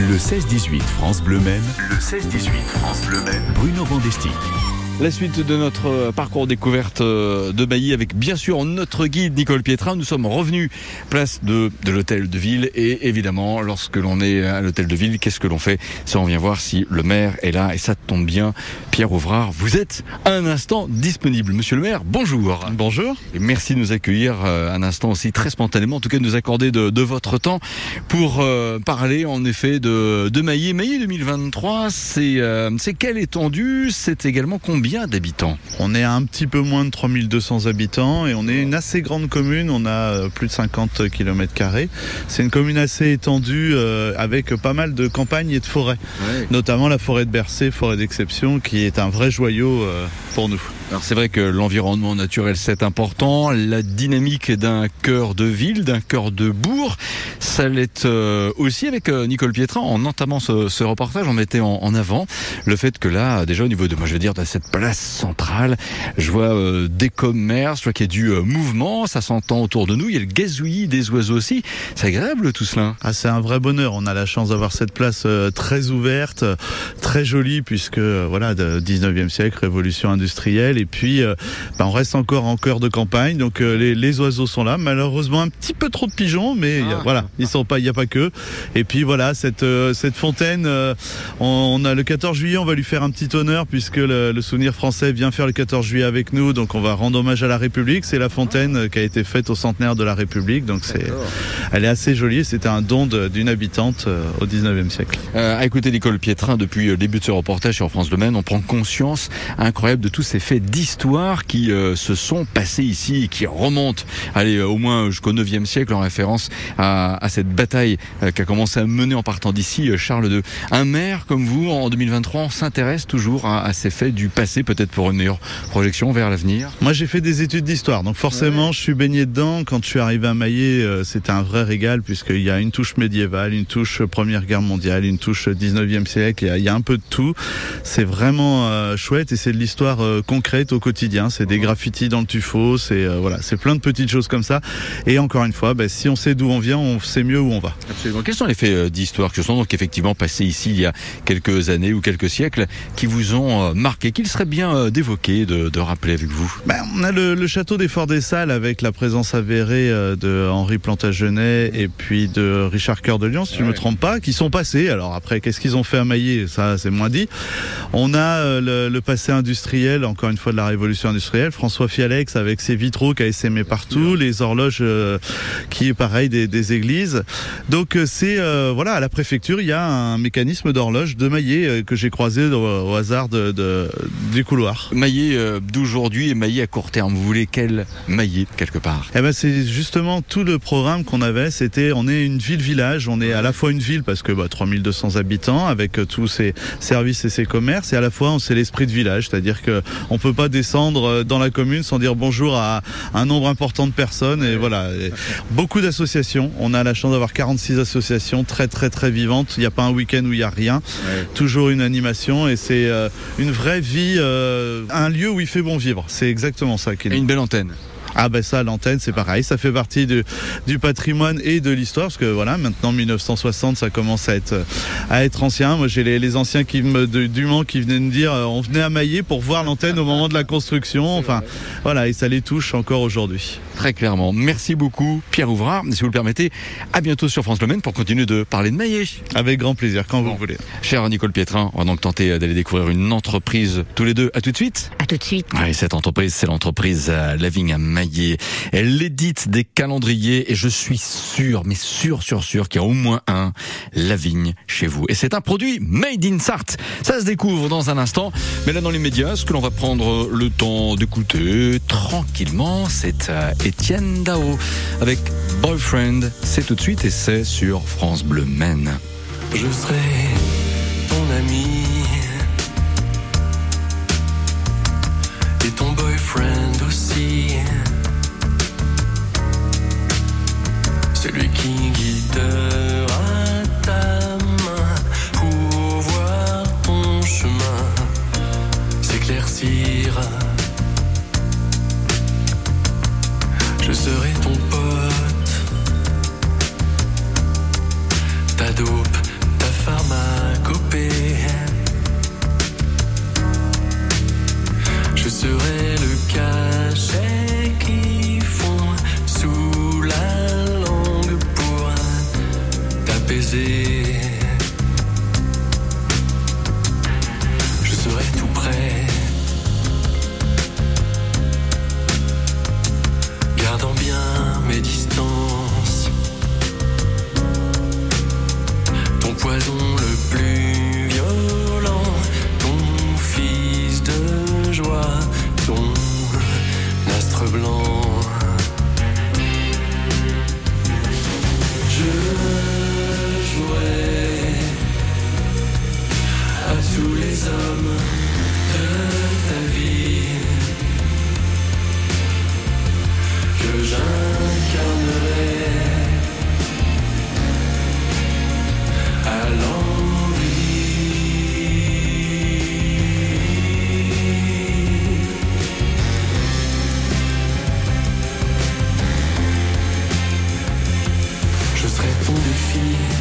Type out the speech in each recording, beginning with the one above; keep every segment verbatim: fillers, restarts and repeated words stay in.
Le seize dix-huit France Bleu Maine. Le seize dix-huit France Bleu Maine. Bruno Vandestick. La suite de notre parcours découverte de Mailly avec bien sûr notre guide Nicole Pietrin. Nous sommes revenus place de, de l'hôtel de ville et évidemment lorsque l'on est à l'hôtel de ville, qu'est-ce que l'on fait? Ça, on vient voir si le maire est là et ça tombe bien. Pierre Ouvrard, vous êtes un instant disponible. Monsieur le maire, bonjour. Bonjour. Et merci de nous accueillir un instant aussi très spontanément, en tout cas de nous accorder de, de votre temps pour euh, parler en effet de, de Mailly. Mailly deux mille vingt-trois, c'est, euh, c'est quelle étendue? C'est également combien d'habitants? On est à un petit peu moins de trois mille deux cents habitants et on est une assez grande commune, on a plus de cinquante kilomètres carrés. C'est une commune assez étendue euh, avec pas mal de campagnes et de forêts, ouais. Notamment la forêt de Bercé, forêt d'exception, qui est un vrai joyau euh, pour nous. Alors c'est vrai que l'environnement naturel c'est important, la dynamique d'un cœur de ville, d'un cœur de bourg, ça l'est euh, aussi avec euh, Nicole Pietrin. En entamant ce, ce reportage, on mettait en, en avant le fait que là, déjà au niveau de, moi je veux dire, de cette place centrale, je vois euh, des commerces, je vois qu'il y a du euh, mouvement, ça s'entend autour de nous, il y a le gazouillis des oiseaux aussi. C'est agréable tout cela. Ah, c'est un vrai bonheur. On a la chance d'avoir cette place euh, très ouverte, très jolie puisque euh, voilà, de dix-neuvième siècle, révolution industrielle. Et puis, euh, bah, on reste encore en cœur de campagne, donc euh, les, les oiseaux sont là. Malheureusement, un petit peu trop de pigeons, mais ah. y a, voilà, ils sont pas, il y a pas que. Et puis voilà, cette euh, cette fontaine, euh, on, on a le quatorze juillet, on va lui faire un petit honneur puisque le, le Souvenir français vient faire le quatorze juillet avec nous, donc on va rendre hommage à la République. C'est la fontaine ah. qui a été faite au centenaire de la République, donc c'est, elle est assez jolie. C'était un don de, d'une habitante euh, au dix-neuvième siècle. Euh, à écouter Nicole Pietrin depuis le début de ce reportage sur France Bleu Maine, on prend conscience incroyable de tous ces faits d'histoire qui euh, se sont passés ici et qui remontent, allez, euh, au moins jusqu'au neuvième siècle, en référence à, à cette bataille euh, qu'a commencé à mener en partant d'ici euh, Charles deux. Un maire comme vous, en deux mille vingt-trois, on s'intéresse toujours à, à ces faits du passé, peut-être pour une meilleure projection vers l'avenir. Moi, j'ai fait des études d'histoire, donc forcément, ouais. je suis baigné dedans. Quand je suis arrivé à Mailly, euh, c'était un vrai régal, puisqu'il y a une touche médiévale, une touche Première Guerre mondiale, une touche dix-neuvième siècle, il y a, il y a un peu de tout. C'est vraiment euh, chouette et c'est de l'histoire euh, concrète au quotidien. C'est des graffitis dans le tuffeau, c'est euh, voilà, c'est plein de petites choses comme ça. Et encore une fois, bah, si on sait d'où on vient, on sait mieux où on va. Absolument. Quels sont les faits d'histoire qui sont donc effectivement passés ici il y a quelques années ou quelques siècles qui vous ont marqué, qu'il serait bien d'évoquer, de, de rappeler avec vous? Ben, on a le, le château des Forts des Salles avec la présence avérée de Henri Plantagenet et puis de Richard Cœur de Lion, si ouais. je ne me trompe pas, qui sont passés. Alors après, qu'est-ce qu'ils ont fait à Mailly? Ça, c'est moins dit. On a le, le passé industriel, encore une fois de la révolution industrielle. François Fialex avec ses vitraux qui a essaimé partout, les horloges euh, qui est pareil des, des églises. Donc c'est euh, voilà, à la préfecture, il y a un mécanisme d'horloge de Mailly euh, que j'ai croisé au, au hasard de, de, du couloir. Mailly euh, d'aujourd'hui et Mailly à court terme. Vous voulez quel Mailly quelque part? Eh ben c'est justement tout le programme qu'on avait. C'était on est une ville-village, on est à la fois une ville parce que bah, trois mille deux cents habitants avec euh, tous ses services et ses commerces, et à la fois on c'est l'esprit de village, c'est-à-dire que on peut pas descendre dans la commune sans dire bonjour à un nombre important de personnes. Et voilà, et beaucoup d'associations. On a la chance d'avoir quarante-six associations très très très vivantes. Il n'y a pas un week-end où il n'y a rien. Ouais. Toujours une animation et c'est euh, une vraie vie, euh, un lieu où il fait bon vivre. C'est exactement ça qu'il est. Et une belle antenne. Ah ben ça, l'antenne, c'est pareil, ça fait partie de, du patrimoine et de l'histoire, parce que voilà, maintenant mille neuf cent soixante, ça commence à être à être ancien. Moi, j'ai les, les anciens qui me de, du Mans qui venaient me dire, euh, on venait à Mailly pour voir l'antenne au moment de la construction. Enfin, voilà, et ça les touche encore aujourd'hui. Très clairement. Merci beaucoup, Pierre Ouvrard. Si vous le permettez, à bientôt sur France Bleu Maine pour continuer de parler de Mailly. Avec grand plaisir, quand bon. vous voulez. Cher Nicole Pietrin, on va donc tenter d'aller découvrir une entreprise tous les deux. À tout de suite. À tout de suite. Ouais, cette entreprise, c'est l'entreprise La Vigne à Mailly. Elle édite des calendriers et je suis sûr, mais sûr, sûr, sûr qu'il y a au moins un La Vigne chez vous. Et c'est un produit made in Sarthe. Ça se découvre dans un instant. Mais là, dans les médias, ce que l'on va prendre le temps d'écouter tranquillement, c'est euh, Étienne Dao avec Boyfriend. C'est tout de suite et c'est sur France Bleu Maine. Je serai ton ami et ton boyfriend aussi, celui qui guidera ta main pour voir ton chemin s'éclaircir. Je serai ton pote, ta dope, ta farce. baiser. Je serai tout près, gardant bien mes distances. Ton poison le plus violent, ton fils de joie, ton astre blanc. Je jouerai à tous les hommes de ta vie que j'incarnerai à l'envie. Je serai ton défi,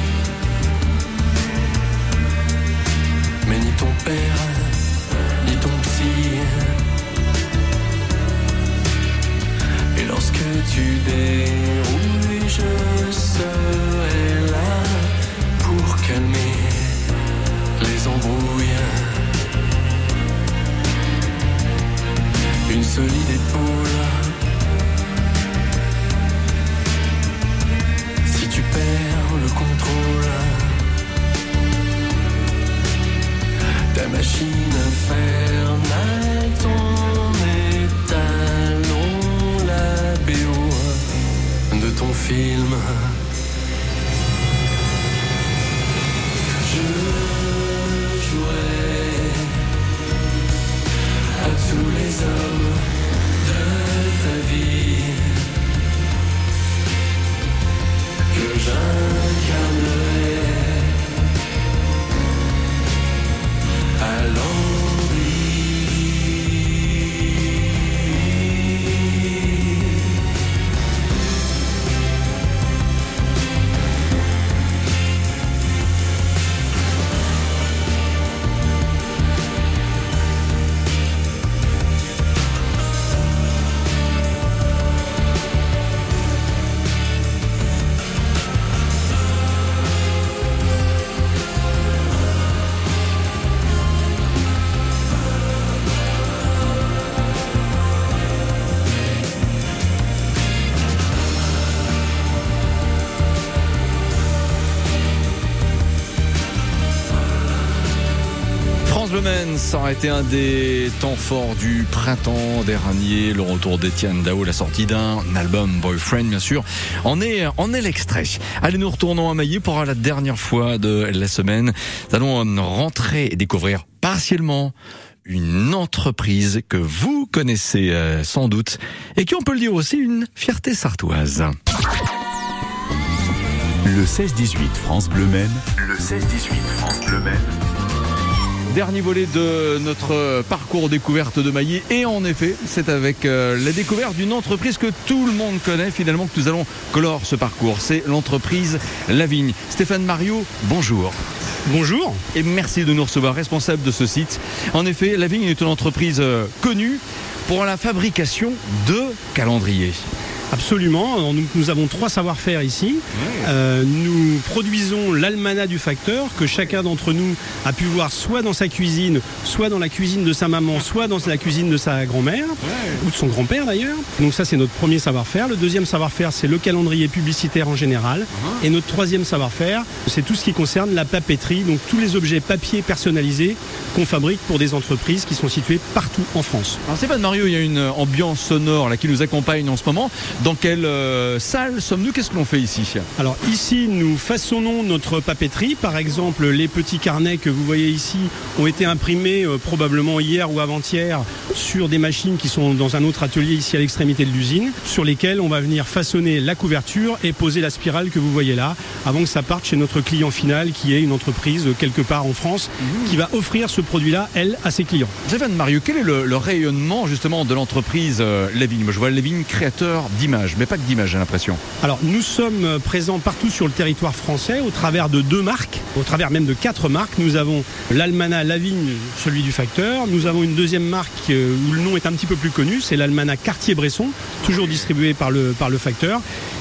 mais ni ton père, ni ton psy. Et lorsque tu dérouilles, je serai là pour calmer les embrouilles. Une solide épaule. Si tu perds le contrôle, ta machine infernale, ton étalon, la B O de ton film. Je jouerai à tous les hommes de ta vie que j'incarnerai à l'envie. Le Maine, ça aurait été un des temps forts du printemps dernier, le retour d'Étienne Dao, la sortie d'un album Boyfriend, bien sûr. On est, on est l'extrait. Allez, nous retournons à Maillé pour la dernière fois de la semaine. Nous allons rentrer et découvrir partiellement une entreprise que vous connaissez euh, sans doute et qui, on peut le dire aussi, une fierté sartoise. Le seize dix-huit France Bleu Maine. Le seize dix-huit France Bleu Maine. Dernier volet de notre parcours découverte de Maillé, et en effet c'est avec euh, la découverte d'une entreprise que tout le monde connaît finalement que nous allons clore ce parcours. C'est l'entreprise Lavigne. Stéphane Mariot, bonjour. Bonjour. Et merci de nous recevoir, responsable de ce site. En effet, Lavigne est une entreprise euh, connue pour la fabrication de calendriers. Absolument, nous, nous avons trois savoir-faire ici. Ouais. Euh, nous produisons l'almanach du facteur que chacun d'entre nous a pu voir soit dans sa cuisine, soit dans la cuisine de sa maman, soit dans la cuisine de sa grand-mère, ouais. ou de son grand-père d'ailleurs. Donc ça c'est notre premier savoir-faire. Le deuxième savoir-faire c'est le calendrier publicitaire en général. Uh-huh. Et notre troisième savoir-faire c'est tout ce qui concerne la papeterie, donc tous les objets papier personnalisés qu'on fabrique pour des entreprises qui sont situées partout en France. Alors Stéphane Mariot, il y a une ambiance sonore là, qui nous accompagne en ce moment. Dans quelle euh, salle sommes-nous? Qu'est-ce que l'on fait ici? Alors ici, nous façonnons notre papeterie. Par exemple, les petits carnets que vous voyez ici ont été imprimés euh, probablement hier ou avant-hier sur des machines qui sont dans un autre atelier ici à l'extrémité de l'usine, sur lesquelles on va venir façonner la couverture et poser la spirale que vous voyez là, avant que ça parte chez notre client final, qui est une entreprise euh, quelque part en France, mmh. qui va offrir ce produit-là, elle, à ses clients. Stéphane Mariot, quel est le, le rayonnement justement de l'entreprise euh, Lavigne? Moi, je vois Lavigne créateur d'images. Mais pas que d'images, j'ai l'impression. Alors, nous sommes présents partout sur le territoire français au travers de deux marques, au travers même de quatre marques. Nous avons l'almanach Lavigne, celui du facteur. Nous avons une deuxième marque où le nom est un petit peu plus connu, c'est l'almanach Cartier-Bresson, toujours distribué par le, par le facteur.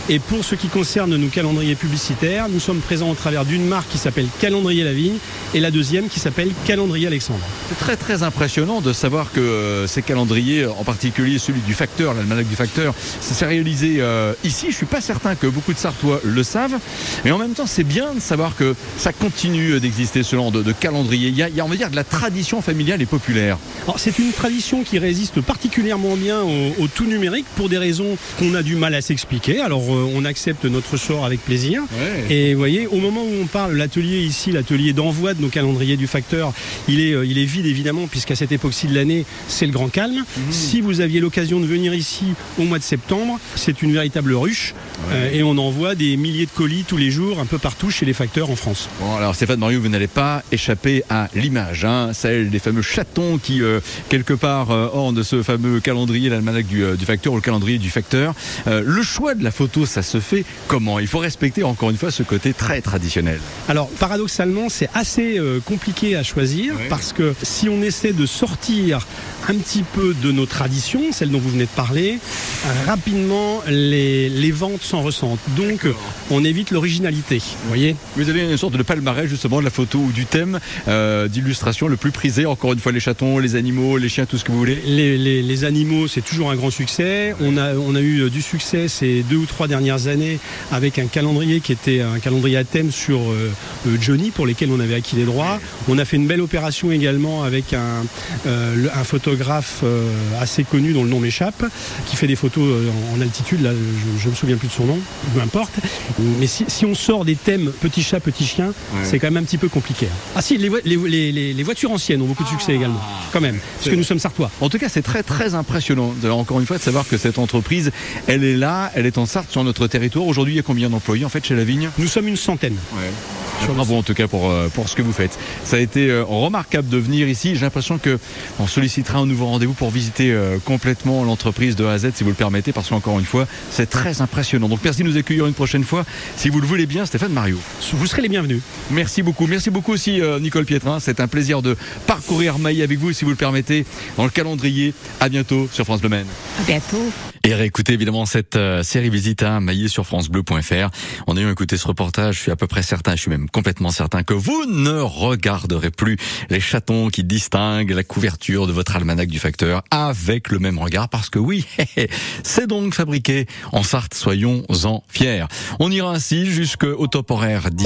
Et pour ce qui concerne nos calendriers publicitaires, nous sommes présents au travers d'une marque qui s'appelle Calendrier La Vigne et la deuxième qui s'appelle Calendrier Alexandre. C'est très très impressionnant de savoir que euh, ces calendriers, en particulier celui du facteur, l'almanach du facteur, ça s'est réalisé euh, ici. Je suis pas certain que beaucoup de Sartois le savent, mais en même temps c'est bien de savoir que ça continue d'exister ce genre de, de calendrier. Il y, a, il y a, on va dire, de la tradition familiale et populaire. Alors, c'est une tradition qui résiste particulièrement bien au, au tout numérique pour des raisons qu'on a du mal à s'expliquer. Alors euh, on accepte notre sort avec plaisir. Ouais. Et vous voyez, au moment où on parle, l'atelier ici, l'atelier d'envoi de nos calendriers du facteur, il est, euh, il est vide évidemment, puisqu'à cette époque-ci de l'année, c'est le grand calme. Mmh. Si vous aviez l'occasion de venir ici au mois de septembre, c'est une véritable ruche. Ouais. Euh, et on envoie des milliers de colis tous les jours, un peu partout chez les facteurs en France. Bon, alors Stéphane Mariou, vous n'allez pas échapper à l'image, hein, celle des fameux chatons qui, euh, quelque part, euh, ornent ce fameux calendrier, l'almanach du, euh, du facteur ou le calendrier du facteur. Euh, le choix de la photo, ça se fait comment? Il faut respecter encore une fois ce côté très traditionnel. Alors, paradoxalement, c'est assez euh, compliqué à choisir, ouais. Parce que si on essaie de sortir un petit peu de nos traditions, celles dont vous venez de parler, rapidement, les, les ventes s'en ressentent. Donc, D'accord. On évite l'originalité, vous voyez. Vous avez une sorte de palmarès, justement, de la photo ou du thème euh, d'illustration le plus prisé. Encore une fois, les chatons, les animaux, les chiens, tout ce que vous voulez. Les, les, les animaux, c'est toujours un grand succès. On a, on a eu du succès ces deux ou trois dernières années avec un calendrier qui était un calendrier à thème sur euh, Johnny, pour lesquels on avait acquis les droits. On a fait une belle opération également avec un, euh, un photographe euh, assez connu dont le nom m'échappe, qui fait des photos euh, en altitude. Là, je ne me souviens plus de son nom, peu importe. Mais si, si on sort des thèmes petit chat, petit chien, ouais. C'est quand même un petit peu compliqué. Ah si, les, les, les, les voitures anciennes ont beaucoup de succès ah, également, quand même, parce que nous sommes Sartois. En tout cas, c'est très très impressionnant, encore une fois, de savoir que cette entreprise, elle est là, elle est en Sarthe, sur notre territoire. Aujourd'hui, il y a combien d'employés en fait chez La Vigne? Nous sommes une centaine. Ouais. Bravo en tout cas pour, pour ce que vous faites. Ça a été euh, remarquable de venir ici. J'ai l'impression qu'on sollicitera un nouveau rendez-vous pour visiter euh, complètement l'entreprise de A à Z, si vous le permettez, parce qu'encore une fois, c'est très impressionnant. Donc merci de nous accueillir une prochaine fois, si vous le voulez bien, Stéphane Mariou. Vous serez les bienvenus. Merci beaucoup. Merci beaucoup aussi euh, Nicole Pietrin. C'est un plaisir de parcourir Maillé avec vous, si vous le permettez, dans le calendrier. À bientôt sur France Bleu Maine. À bientôt. Et réécoutez évidemment cette euh, série Visite à Maillé sur francebleu point fr. En ayant écouté ce reportage, je suis à peu près certain, je suis même complètement certain que vous ne regarderez plus les chatons qui distinguent la couverture de votre almanach du facteur avec le même regard, parce que oui, c'est donc fabriqué en Sarthe, soyons-en fiers. On ira ainsi jusqu'au top horaire